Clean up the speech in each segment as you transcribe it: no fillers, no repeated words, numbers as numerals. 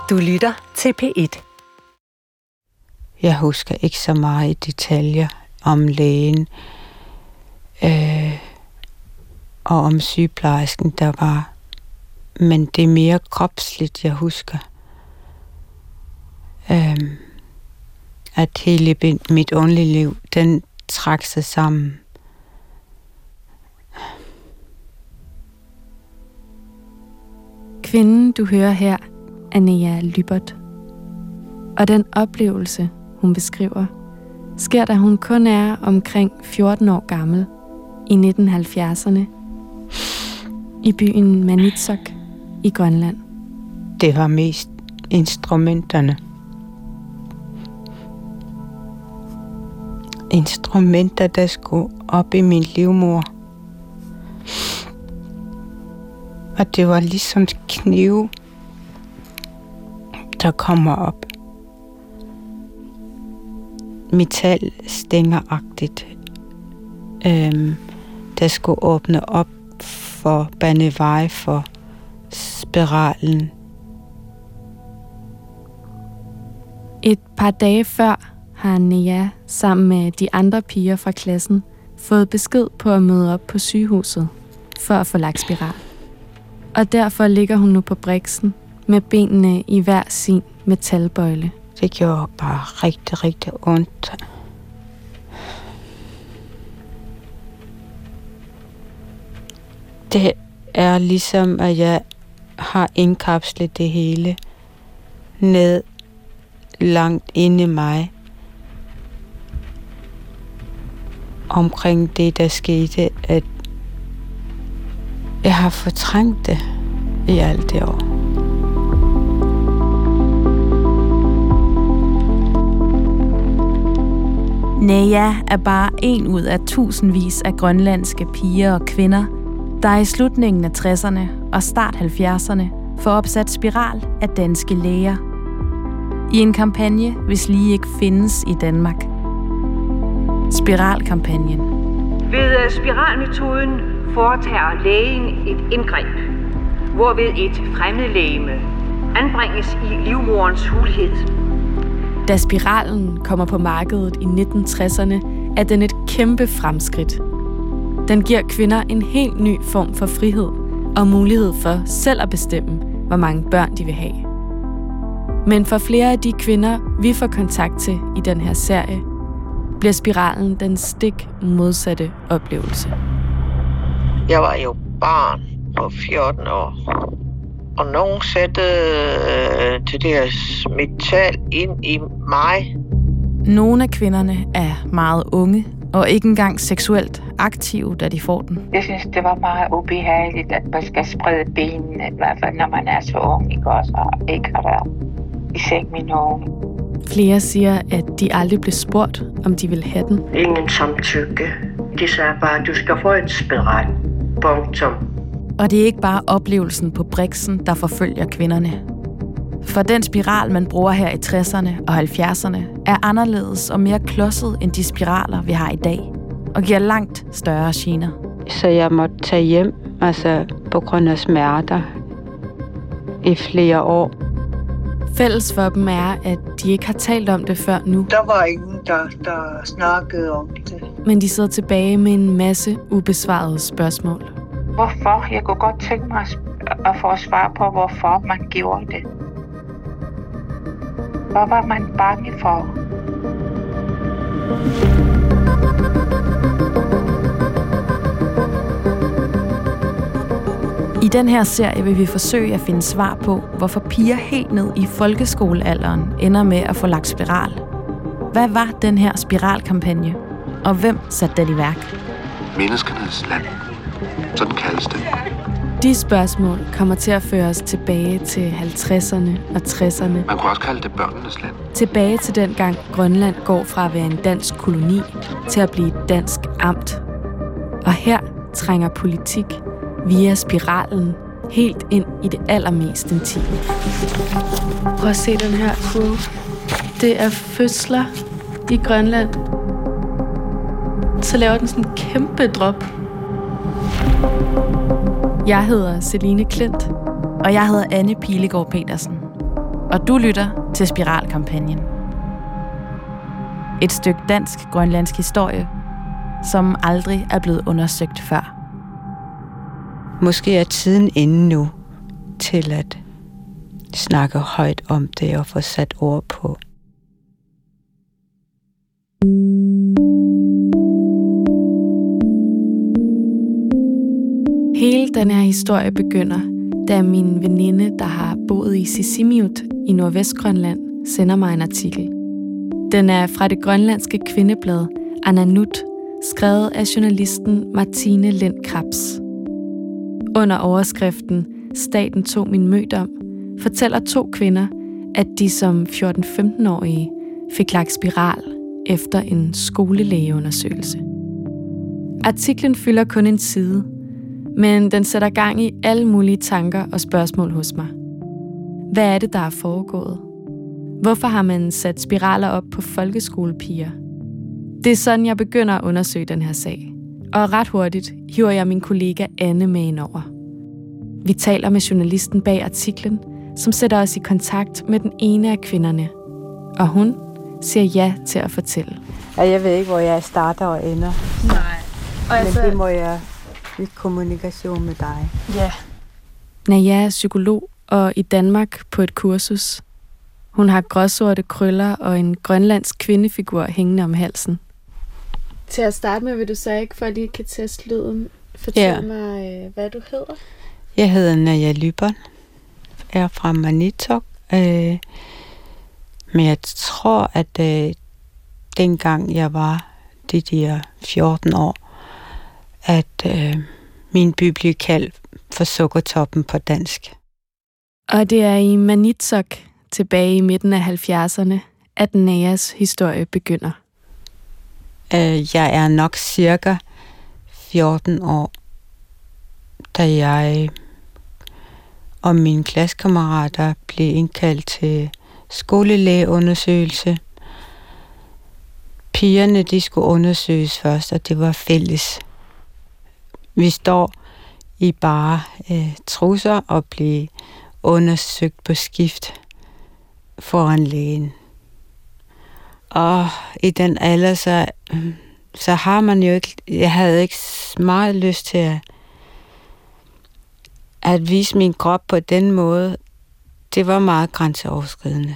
Du lytter til P1. Jeg husker ikke så meget i detaljer om lægen og om sygeplejersken, der var. Men det er mere kropsligt, jeg husker. At hele mit åndelige liv, den trak sig sammen. Kvinden, du hører her, er Nea Lybert. Og den oplevelse, hun beskriver, sker, da hun kun er omkring 14 år gammel i 1970'erne i byen Maniitsoq i Grønland. Det var mest instrumenterne. Instrumenter, der skulle op i min livmor. Og det var ligesom knive, der kommer op. Metalstængeragtigt. Der skulle åbne op for banevej for spiralen. Et par dage før har Nea sammen med de andre piger fra klassen fået besked på at møde op på sygehuset for at få lagt spiral. Og derfor ligger hun nu på briksen med benene i hver sin metalbøjle. Det gjorde bare rigtig, rigtig ondt. Det er ligesom, at jeg har indkapslet det hele ned langt inde i mig. Omkring det, der skete, at jeg har fortrængt det i alt det år. Nea er bare en ud af tusindvis af grønlandske piger og kvinder, der i slutningen af 60'erne og start 70'erne får opsat spiral af danske læger. I en kampagne, hvis lige ikke findes i Danmark. Spiralkampagnen. Ved spiralmetoden foretager lægen et indgreb, hvorved et fremmedlegeme anbringes i livmorens hulhed. Da spiralen kommer på markedet i 1960'erne, er den et kæmpe fremskridt. Den giver kvinder en helt ny form for frihed og mulighed for selv at bestemme, hvor mange børn de vil have. Men for flere af de kvinder, vi får kontakt til i den her serie, bliver spiralen den stik modsatte oplevelse. Jeg var jo barn på 14 år, og nogen satte det der metal ind i mig. Nogle af kvinderne er meget unge og ikke engang seksuelt aktive, da de får den. Jeg synes, det var meget ubehageligt, at man skal sprede benene, i hvert fald når man er så ung, ikke også, og ikke har været i seng med nogen. Flere siger, at de aldrig blev spurgt, om de ville have den. Ingen samtykke. De sagde bare, at du skal få et spiral. Punktum. Og det er ikke bare oplevelsen på briksen, der forfølger kvinderne. For den spiral, man bruger her i 60'erne og 70'erne, er anderledes og mere klodset end de spiraler, vi har i dag, og giver langt større gener. Så jeg måtte tage hjem, på grund af smerter, i flere år. Fælles for dem er, at de ikke har talt om det før nu. Der var ingen, der snakkede om det. Men de sidder tilbage med en masse ubesvarede spørgsmål. Hvorfor? Jeg kunne godt tænke mig at få svar på, hvorfor man gjorde det. Hvad var man bange for? I den her serie vil vi forsøge at finde svar på, hvorfor piger helt ned i folkeskolealderen ender med at få lagt spiral. Hvad var den her spiralkampagne? Og hvem satte den i værk? Menneskenes land. Sådan kaldes det. De spørgsmål kommer til at føre os tilbage til 50'erne og 60'erne. Man kunne også kalde det børnenes land. Tilbage til dengang Grønland går fra at være en dansk koloni til at blive et dansk amt. Og her trænger politik via spiralen helt ind i det allermest intime. Prøv at se den her kurve. Det er fødsler i Grønland. Så laver den sådan en kæmpe drop. Jeg hedder Celine Klint. Og jeg hedder Anne Pilegaard Petersen. og du lytter til Spiralkampagnen. Et stykke dansk-grønlandsk historie, som aldrig er blevet undersøgt før. Måske er tiden inde nu til at snakke højt om det og få sat ord på. Hele den her historie begynder, da min veninde, der har boet i Sisimiut i Nordvestgrønland, sender mig en artikel. Den er fra det grønlandske kvindeblad Ananut, skrevet af journalisten Martine Lind Krabs. Under overskriften "Staten tog min mødom" fortæller 2 kvinder, at de som 14-15-årige fik lagt spiral efter en skolelægeundersøgelse. Artiklen fylder kun en side, men den sætter gang i alle mulige tanker og spørgsmål hos mig. Hvad er det, der er foregået? Hvorfor har man sat spiraler op på folkeskolepiger? Det er sådan, jeg begynder at undersøge den her sag. Og ret hurtigt hiver jeg min kollega Anne med ind over. Vi taler med journalisten bag artiklen, som sætter os i kontakt med den ene af kvinderne. Og hun siger ja til at fortælle. Jeg ved ikke, hvor jeg starter og ender. Nej. Men det må jeg i kommunikation med dig. Ja. Naja er psykolog og i Danmark på et kursus. Hun har gråsorte krøller og en grønlandsk kvindefigur hængende om halsen. Til at starte med, vil du så ikke, for at lige kan teste lyden, fortælle mig, hvad du hedder? Jeg hedder Naja Lybon. Jeg er fra Manitok. Men jeg tror, at dengang jeg var de der 14 år, at min by blev kaldt for Sukkertoppen på dansk. Og det er i Manitok, tilbage i midten af 70'erne, at Najas historie begynder. Jeg er nok cirka 14 år, da jeg og mine klassekammerater blev indkaldt til skolelægeundersøgelse. Pigerne, de skulle undersøges først, og det var fælles. Vi står i bare trusser og bliver undersøgt på skift foran lægen. Og i den alder, så har man jo ikke... Jeg havde ikke meget lyst til at vise min krop på den måde. Det var meget grænseoverskridende.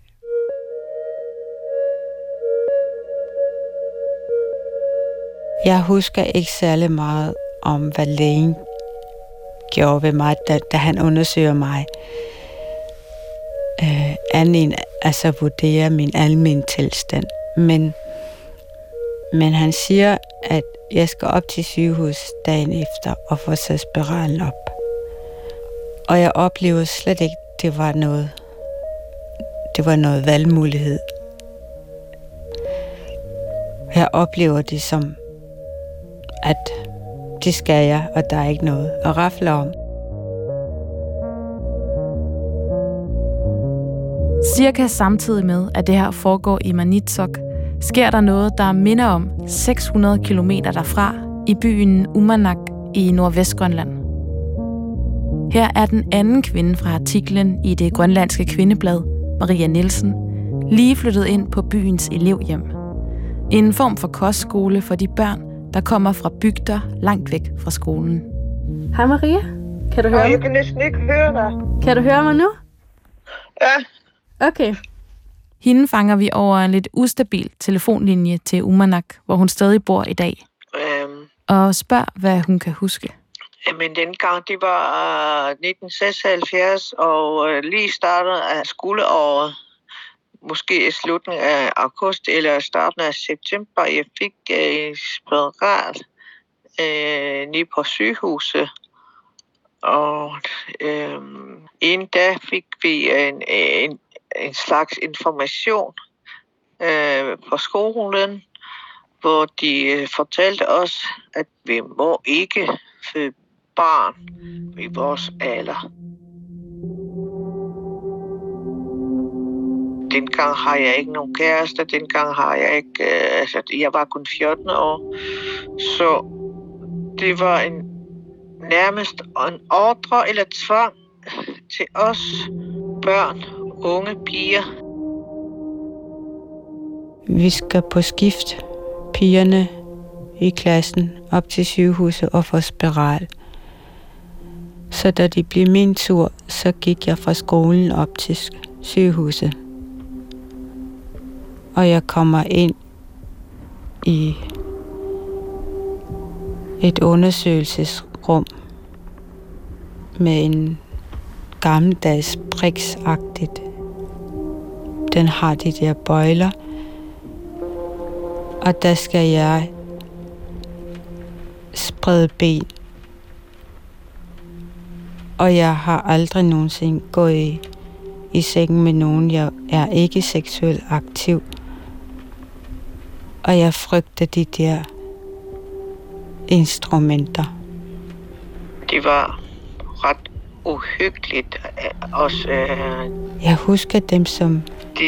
Jeg husker ikke særlig meget om, hvad lægen gjorde ved mig, da han undersøger mig. Anden altså vurdere min almen tilstand. Men han siger, at jeg skal op til sygehus dagen efter og få sat spiralen op. Og jeg oplever slet ikke, det var noget valgmulighed. Jeg oplever det som, at det skal jeg, og der er ikke noget at rafle om. Cirka samtidig med, at det her foregår i Manitok, sker der noget, der minder om 600 kilometer derfra i byen Uummannaq i Nordvestgrønland. Her er den anden kvinde fra artiklen i det grønlandske kvindeblad, Maria Nielsen, lige flyttet ind på byens elevhjem. En form for kostskole for de børn, der kommer fra bygder langt væk fra skolen. Hej Maria, kan du høre mig? Jeg kan næsten ikke høre dig. Kan du høre mig nu? Ja. Okay. Hende fanger vi over en lidt ustabil telefonlinje til Uummannaq, hvor hun stadig bor i dag. Og spørger, hvad hun kan huske. Jamen, dengang, det var 1976, og lige starten af skoleåret, måske i slutningen af august eller starten af september, jeg fik en spiral nede på sygehuset. Og en dag fik vi en slags information på skolen, hvor de fortalte os, at vi må ikke føde barn i vores alder. Dengang har jeg ikke nogen kæreste, dengang har jeg ikke... jeg var kun 14 år, så det var nærmest en ordre eller tvang til os børn unge piger. Vi skal på skift, pigerne i klassen, op til sygehuset og få spiral. Så da det blev min tur, så gik jeg fra skolen op til sygehuset. Og jeg kommer ind i et undersøgelsesrum med en gammeldags briksagtigt. Den har de der bøjler, og der skal jeg sprede ben. Og jeg har aldrig nogensinde gået i sengen med nogen. Jeg er ikke seksuelt aktiv. Og jeg frygter de der instrumenter. Det var ret uhyggeligt også. Jeg husker dem som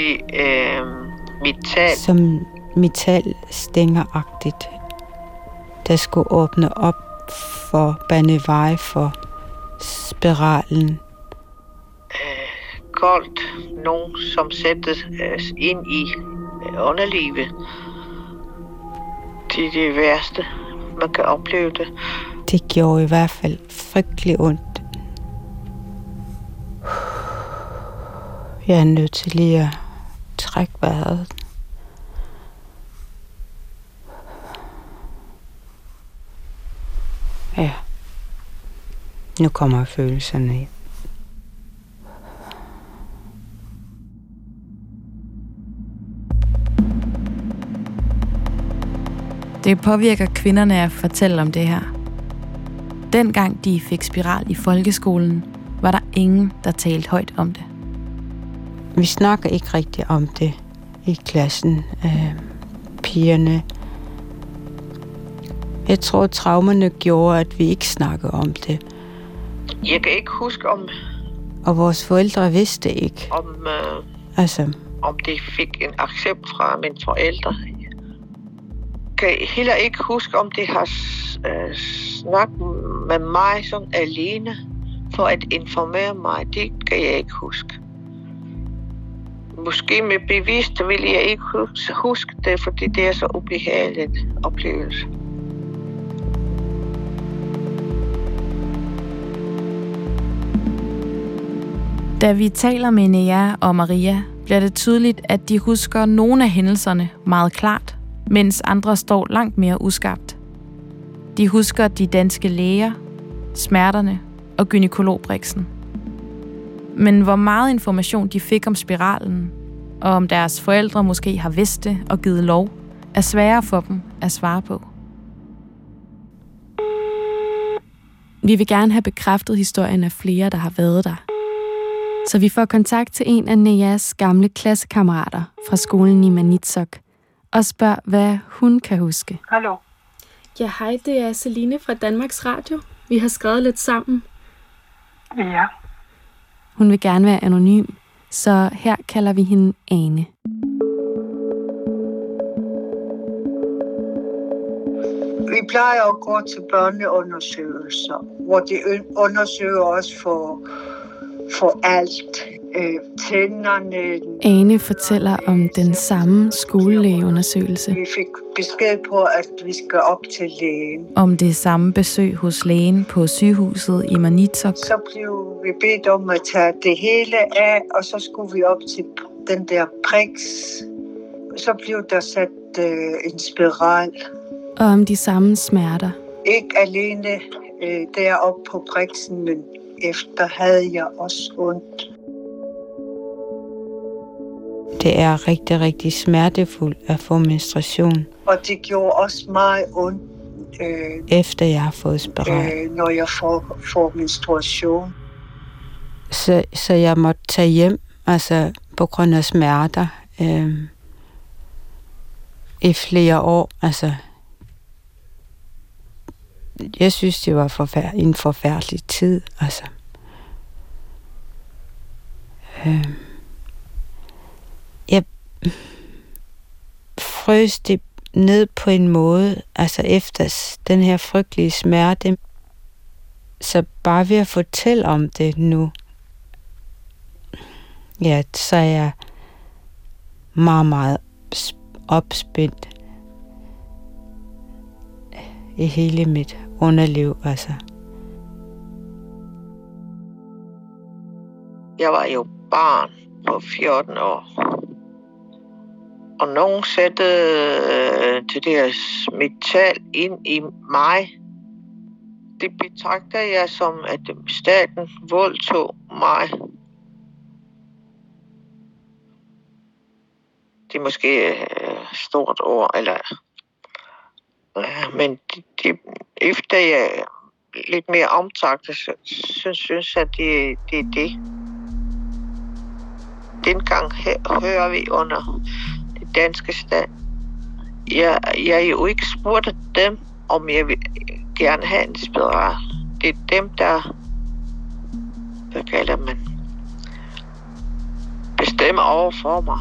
metalstængeragtigt, der skulle åbne op for bane vej for spiralen. Koldt. Nogen, som sættes ind i underlivet. Det er det værste, man kan opleve det. Det gjorde i hvert fald frygtelig ondt. Jeg er nødt til lige at trække vejret. Ja. Nu kommer følelserne ind. Det påvirker kvinderne at fortælle om det her. Dengang de fik spiral i folkeskolen, var der ingen, der talte højt om det. Vi snakker ikke rigtig om det i klassen. Pigerne. Jeg tror, traumerne gjorde, at vi ikke snakkede om det. Jeg kan ikke huske om... Og vores forældre vidste ikke. Om de fik en accept fra mine forældre. Jeg kan heller ikke huske, om de har snakket med mig sådan alene for at informere mig. Det kan jeg ikke huske. Måske med bevidst vil jeg ikke huske det, fordi det er så ubehageligt oplevelse. Da vi taler med Nea og Maria, bliver det tydeligt, at de husker nogle af hændelserne meget klart, mens andre står langt mere uskarpt. De husker de danske læger, smerterne og gynekologbriksen. Men hvor meget information de fik om spiralen, og om deres forældre måske har vidst det og givet lov, er sværere for dem at svare på. Vi vil gerne have bekræftet historien af flere, der har været der. Så vi får kontakt til en af Neas gamle klassekammerater fra skolen i Maniitsoq og spørger, hvad hun kan huske. Hallo. Ja, hej, det er Celine fra Danmarks Radio. Vi har skrevet lidt sammen. Ja. Hun vil gerne være anonym, så her kalder vi hende Ane. Vi plejer at gå til børneundersøgelser, hvor de undersøger os for alt. Tænderne. Ane fortæller om den samme skolelægeundersøgelse. Vi fik besked på, at vi skal op til lægen. Om det samme besøg hos lægen på sygehuset i Maniitsoq. Så blev vi bedt om at tage det hele af, og så skulle vi op til den der priks. Så blev der sat en spiral. Og om de samme smerter. Ikke alene deroppe på priksen, men efter havde jeg også ondt. Det er rigtig, rigtig smertefuldt at få menstruation. Og det gjorde også meget ondt, efter jeg har fået spiral. Når jeg får menstruation. Så jeg måtte tage hjem, på grund af smerter, i flere år. Jeg synes, det var en forfærdelig tid. Jeg frøs det ned på en måde, efter den her frygtelige smerte. Så bare ved at fortælle om det nu, ja, så er jeg meget, meget opspændt i hele mit underliv, altså. Jeg var jo barn på 14 år. Og nogen satte til det her metal ind i mig. Det betragter jeg som, at staten voldtog mig. Det er måske et stort ord, men efter jeg lidt mere omtagte, så synes jeg, at det er det. Dengang hører vi under det danske stat. Jeg jo ikke spurgte dem, om jeg vil gerne have en spiral. Det er dem, der, hvad kalder man, bestemmer over for mig.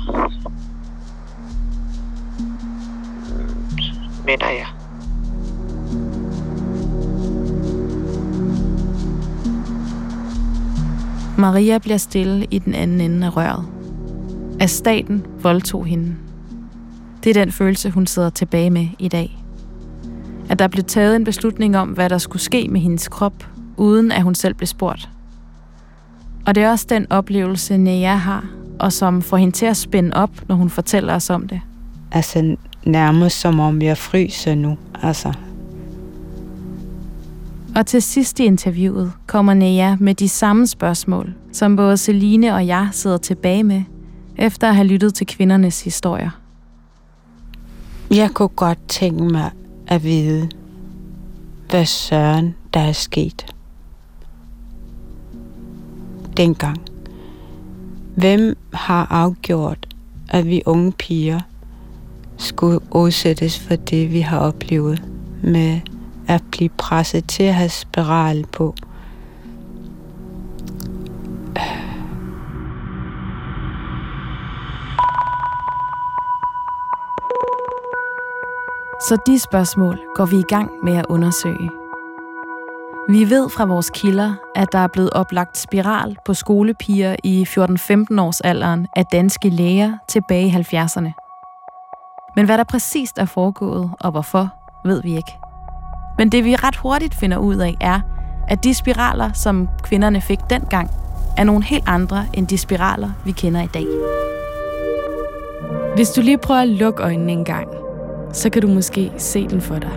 Mener jeg. Maria bliver stille i den anden ende af røret. At staten voldtog hende. Det er den følelse, hun sidder tilbage med i dag. At der blev taget en beslutning om, hvad der skulle ske med hendes krop, uden at hun selv blev spurgt. Og det er også den oplevelse, Nea har, og som får hende til at spænde op, når hun fortæller os om det. Altså nærmest som om jeg fryser nu, altså. Og til sidst i interviewet kommer Nea med de samme spørgsmål, som både Celine og jeg sidder tilbage med, efter at have lyttet til kvindernes historier. Jeg kunne godt tænke mig at vide, hvad søren der er sket dengang. Hvem har afgjort, at vi unge piger skulle udsættes for det, vi har oplevet med at blive presset til at have spiral på? Så de spørgsmål går vi i gang med at undersøge. Vi ved fra vores kilder, at der er blevet oplagt spiral på skolepiger i 14-15 års alderen af danske læger tilbage i 70'erne. Men hvad der præcist er foregået og hvorfor, ved vi ikke. Men det vi ret hurtigt finder ud af er, at de spiraler, som kvinderne fik dengang, er nogle helt andre end de spiraler, vi kender i dag. Hvis du lige prøver at lukke øjnene en gang, så kan du måske se den for dig.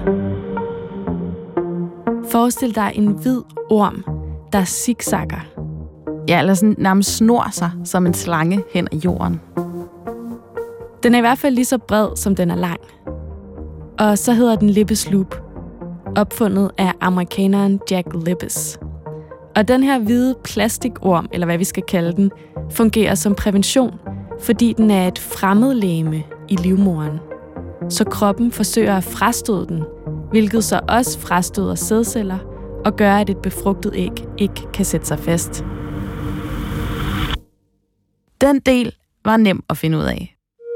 Forestil dig en hvid orm, der zigzagger. Ja, eller sådan nærmest snor sig som en slange hen ad jorden. Den er i hvert fald lige så bred, som den er lang. Og så hedder den Lippes Loop, opfundet af amerikaneren Jack Lippes. Og den her hvide plastikorm, eller hvad vi skal kalde den, fungerer som prævention, fordi den er et fremmedlegeme i livmoderen. Så kroppen forsøger at frastøde den, hvilket så også frastøder sædceller og gør, at et befrugtet æg ikke kan sætte sig fast. Den del var nem at finde ud af.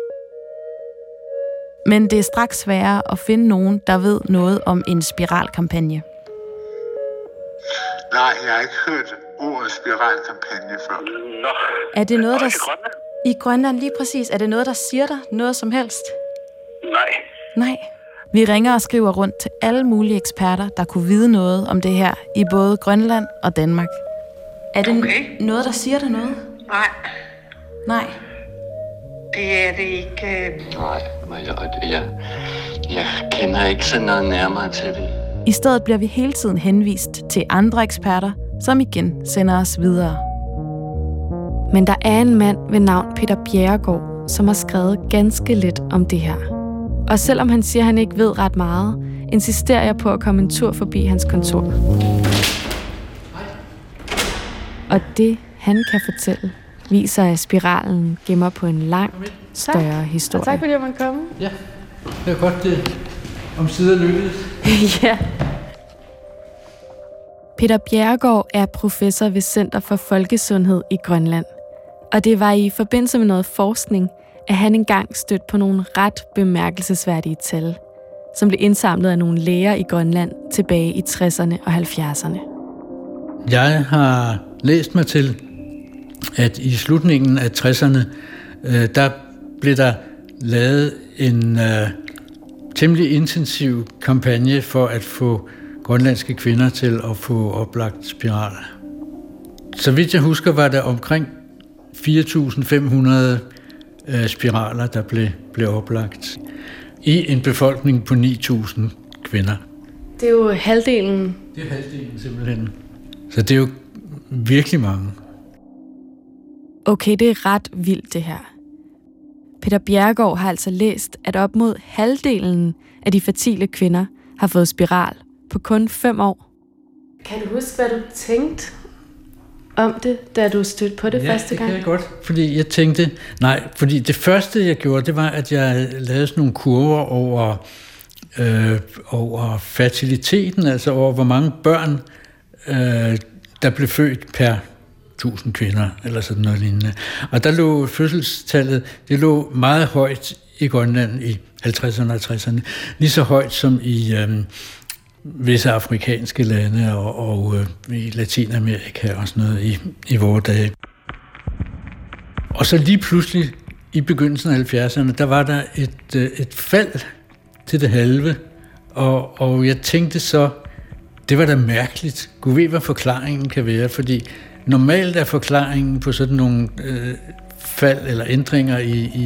Men det er straks sværere at finde nogen, der ved noget om en spiralkampagne. Nej, jeg har ikke hørt ordet spiralkampagne før. Nå. Er det noget, der... I Grønland lige præcis. Er det noget, der siger dig noget som helst? Nej. Vi ringer og skriver rundt til alle mulige eksperter, der kunne vide noget om det her i både Grønland og Danmark. Er det noget, der siger dig noget? Nej. Det er det ikke. Nej, jeg kender ikke så noget nærmere til det. I stedet bliver vi hele tiden henvist til andre eksperter, som igen sender os videre. Men der er en mand ved navn Peter Bjerregaard, som har skrevet ganske lidt om det her. Og selvom han siger, at han ikke ved ret meget, insisterer jeg på at komme en tur forbi hans kontor. Og det, han kan fortælle, viser, at spiralen gemmer på en lang, større historie. Og tak fordi jeg måtte komme. Ja, det er godt, det omsider lykkedes. Ja. Peter Bjerregaard er professor ved Center for Folkesundhed i Grønland. Og det var i forbindelse med noget forskning, at han engang stødte på nogle ret bemærkelsesværdige tal, som blev indsamlet af nogle læger i Grønland tilbage i 60'erne og 70'erne. Jeg har læst mig til, at i slutningen af 60'erne, der blev der lavet en temmelig intensiv kampagne for at få grønlandske kvinder til at få oplagt spiral. Så vidt jeg husker, var der omkring 4.500 spiraler, der blev oplagt i en befolkning på 9.000 kvinder. Det er jo halvdelen. Det er halvdelen simpelthen. Så det er jo virkelig mange. Okay, det er ret vildt det her. Peter Bjerregaard har altså læst, at op mod halvdelen af de fertile kvinder har fået spiral på kun 5 år. Kan du huske, hvad du tænkte om det, da du stødte på det første gang? Ja, det kan jeg godt. Fordi jeg tænkte, fordi det første, jeg gjorde, det var, at jeg lavede sådan nogle kurver over fertiliteten, altså over hvor mange børn, der blev født per 1000 kvinder, eller sådan noget lignende. Og der lå fødselstallet, det lå meget højt i Grønland i 50'erne og 60'erne. Lige så højt som i visse afrikanske lande og i Latinamerika og sådan noget i vore dage. Og så lige pludselig i begyndelsen af 70'erne, der var der et fald til det halve, og jeg tænkte så, det var da mærkeligt. Gud ved, hvad forklaringen kan være, fordi normalt er forklaringen på sådan nogle fald eller ændringer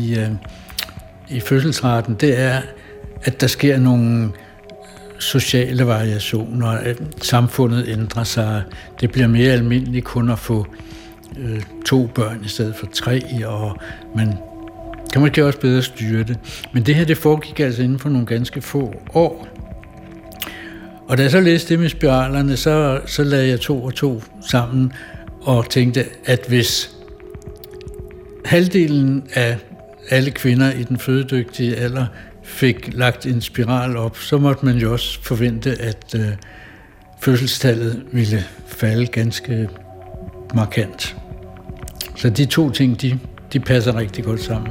i fødselsraten, det er, at der sker nogle sociale variationer, at samfundet ændrer sig. Det bliver mere almindeligt kun at få 2 børn i stedet for 3, og man kan måske også bedre styre det. Men det her, det foregik altså inden for nogle ganske få år. Og da jeg så læste det med spiralerne, så lagde jeg 2 og 2 sammen og tænkte, at hvis halvdelen af alle kvinder i den fødedygtige alder fik lagt en spiral op, så måtte man jo også forvente, at fødselstallet ville falde ganske markant. Så de 2 ting, de passer rigtig godt sammen.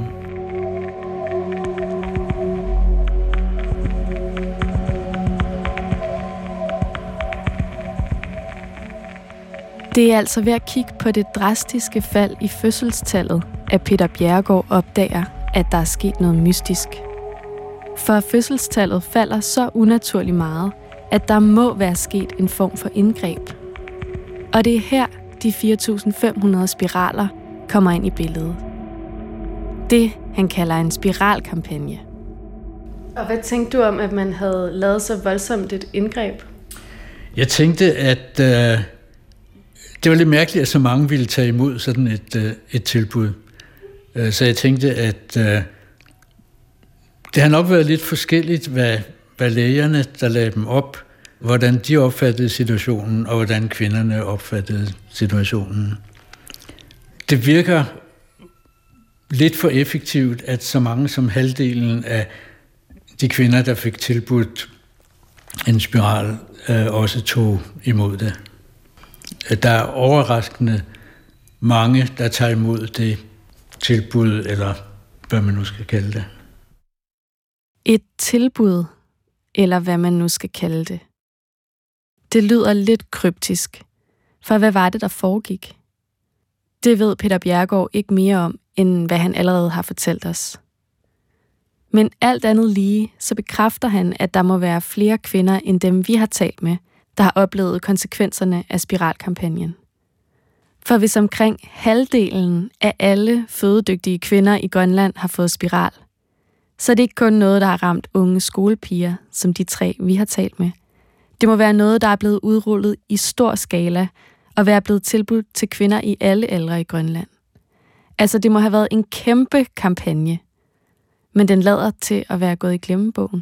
Det er altså ved at kigge på det drastiske fald i fødselstallet, at Peter Bjerregaard opdager, at der er sket noget mystisk. For fødselstallet falder så unaturligt meget, at der må være sket en form for indgreb. Og det er her, de 4.500 spiraler kommer ind i billedet. Det, han kalder en spiralkampagne. Og hvad tænkte du om, at man havde lavet så voldsomt et indgreb? Jeg tænkte, at det var lidt mærkeligt, at så mange ville tage imod sådan et tilbud. Så jeg tænkte, at det har nok været lidt forskelligt, hvad lægerne, der lagde dem op, hvordan de opfattede situationen, og hvordan kvinderne opfattede situationen. Det virker lidt for effektivt, at så mange som halvdelen af de kvinder, der fik tilbudt en spiral, også tog imod det. Der er overraskende mange, der tager imod det tilbud, eller hvad man nu skal kalde det. Et tilbud, eller hvad man nu skal kalde det. Det lyder lidt kryptisk, for hvad var det, der foregik? Det ved Peter Bjerregaard ikke mere om, end hvad han allerede har fortalt os. Men alt andet lige, så bekræfter han, at der må være flere kvinder end dem, vi har talt med, der har oplevet konsekvenserne af spiralkampagnen. For hvis omkring halvdelen af alle fødedygtige kvinder i Grønland har fået spiral, så er det ikke kun noget, der har ramt unge skolepiger, som de 3, vi har talt med. Det må være noget, der er blevet udrullet i stor skala og være blevet tilbudt til kvinder i alle aldre i Grønland. Altså, det må have været en kæmpe kampagne, men den lader til at være gået i glemmebogen.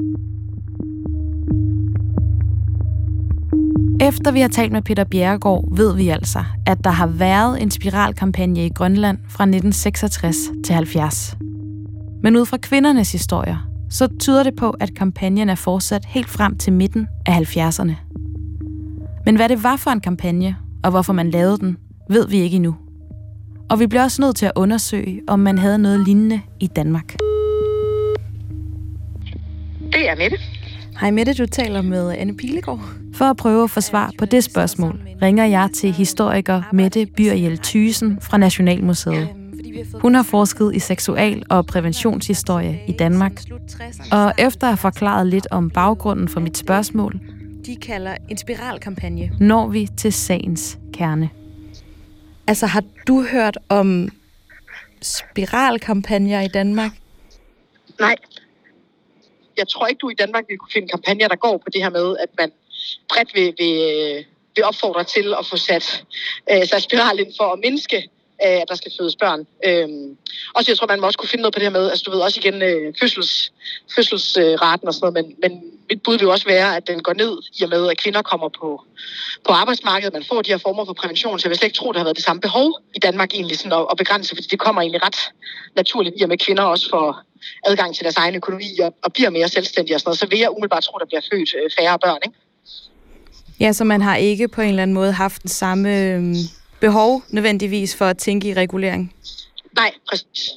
Efter vi har talt med Peter Bjerregaard, ved vi altså, at der har været en spiralkampagne i Grønland fra 1966 til 70. Men ud fra kvindernes historier, så tyder det på, at kampagnen er fortsat helt frem til midten af 70'erne. Men hvad det var for en kampagne, og hvorfor man lavede den, ved vi ikke endnu. Og vi bliver også nødt til at undersøge, om man havde noget lignende i Danmark. Det er Mette. Hej Mette, du taler med Anne Pilegaard For at prøve at få svar på det spørgsmål, ringer jeg til historiker Mette Byriel Thyssen fra Nationalmuseet. Hun har forsket i seksual- og præventionshistorie i Danmark. Og efter at have forklaret lidt om baggrunden for mit spørgsmål, de kalder en spiralkampagne, når vi til sagens kerne. Altså, har du hørt om spiralkampagner i Danmark? Nej. Jeg tror ikke, du i Danmark vil kunne finde kampagner, der går på det her med, at man bredt vil opfordre til at få sat spiral ind for at mindske, at der skal fødes børn. Også jeg tror, man må også kunne finde noget på det her med, altså du ved også igen fødselsraten og sådan noget, men mit bud vil også være, at den går ned i og med, at kvinder kommer på arbejdsmarkedet, man får de her former for prævention, så jeg vil slet ikke tro, der har været det samme behov i Danmark egentlig sådan at begrænse, fordi det kommer egentlig ret naturligt i og med, at kvinder også får adgang til deres egen økonomi og bliver mere selvstændige og sådan noget, så vil jeg umiddelbart tro, der bliver født færre børn, ikke? Ja, så man har ikke på en eller anden måde haft den samme behov nødvendigvis for at tænke i regulering? Nej, præcis.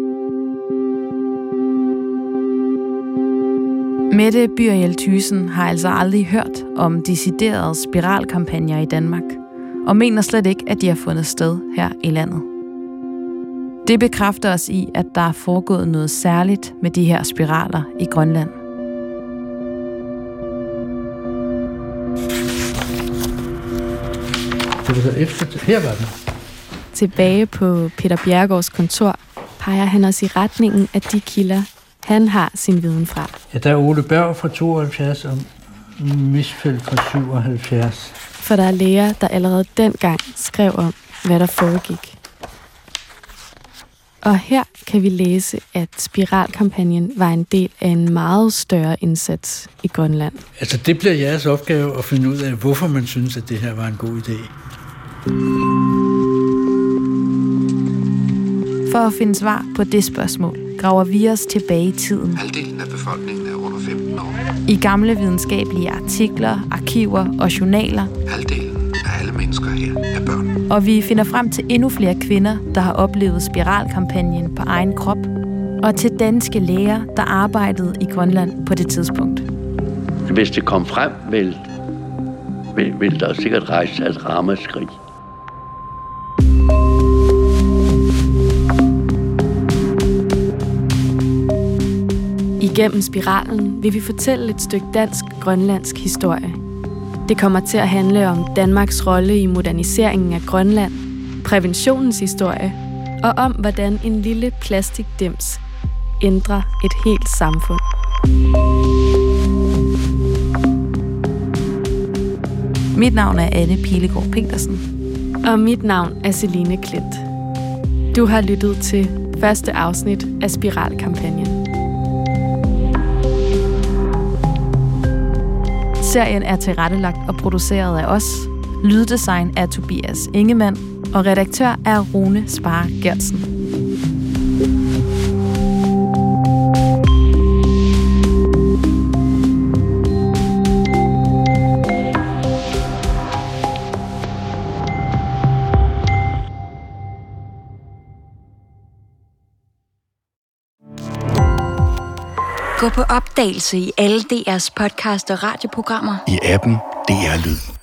Mette Byriel Thyssen har altså aldrig hørt om deciderede spiralkampagner i Danmark, og mener slet ikke, at de har fundet sted her i landet. Det bekræfter os i, at der er foregået noget særligt med de her spiraler i Grønland. Her var den. Tilbage på Peter Bjerregaards kontor peger han os i retningen af de kilder, han har sin viden fra. Ja, der er Ole Berg fra 72 og Misfeldt fra 77. For der er læger, der allerede dengang skrev om, hvad der foregik. Og her kan vi læse, at spiralkampagnen var en del af en meget større indsats i Grønland. Altså det bliver jeres opgave at finde ud af, hvorfor man synes, at det her var en god idé. For at finde svar på det spørgsmål, graver vi os tilbage i tiden. Halvdelen af befolkningen er under 15 år. I gamle videnskabelige artikler, arkiver og journaler. Halvdelen af alle mennesker her er børn. Og vi finder frem til endnu flere kvinder, der har oplevet spiralkampagnen på egen krop. Og til danske læger, der arbejdede i Grønland på det tidspunkt. Hvis det kom frem, vil der sikkert rejse et ramaskrig. Igennem spiralen vil vi fortælle et stykke dansk-grønlandsk historie. Det kommer til at handle om Danmarks rolle i moderniseringen af Grønland, præventionens historie og om, hvordan en lille plastikdims ændrer et helt samfund. Mit navn er Anne Pilegaard Petersen. Og mit navn er Celine Klint. Du har lyttet til første afsnit af Spiralkampagnen. Serien er tilrettelagt og produceret af os. Lyddesign er Tobias Ingemann, og redaktør er Rune Spar Gertsen. Gå på opdagelse i alle DR's podcast og radioprogrammer. I appen DR Lyd.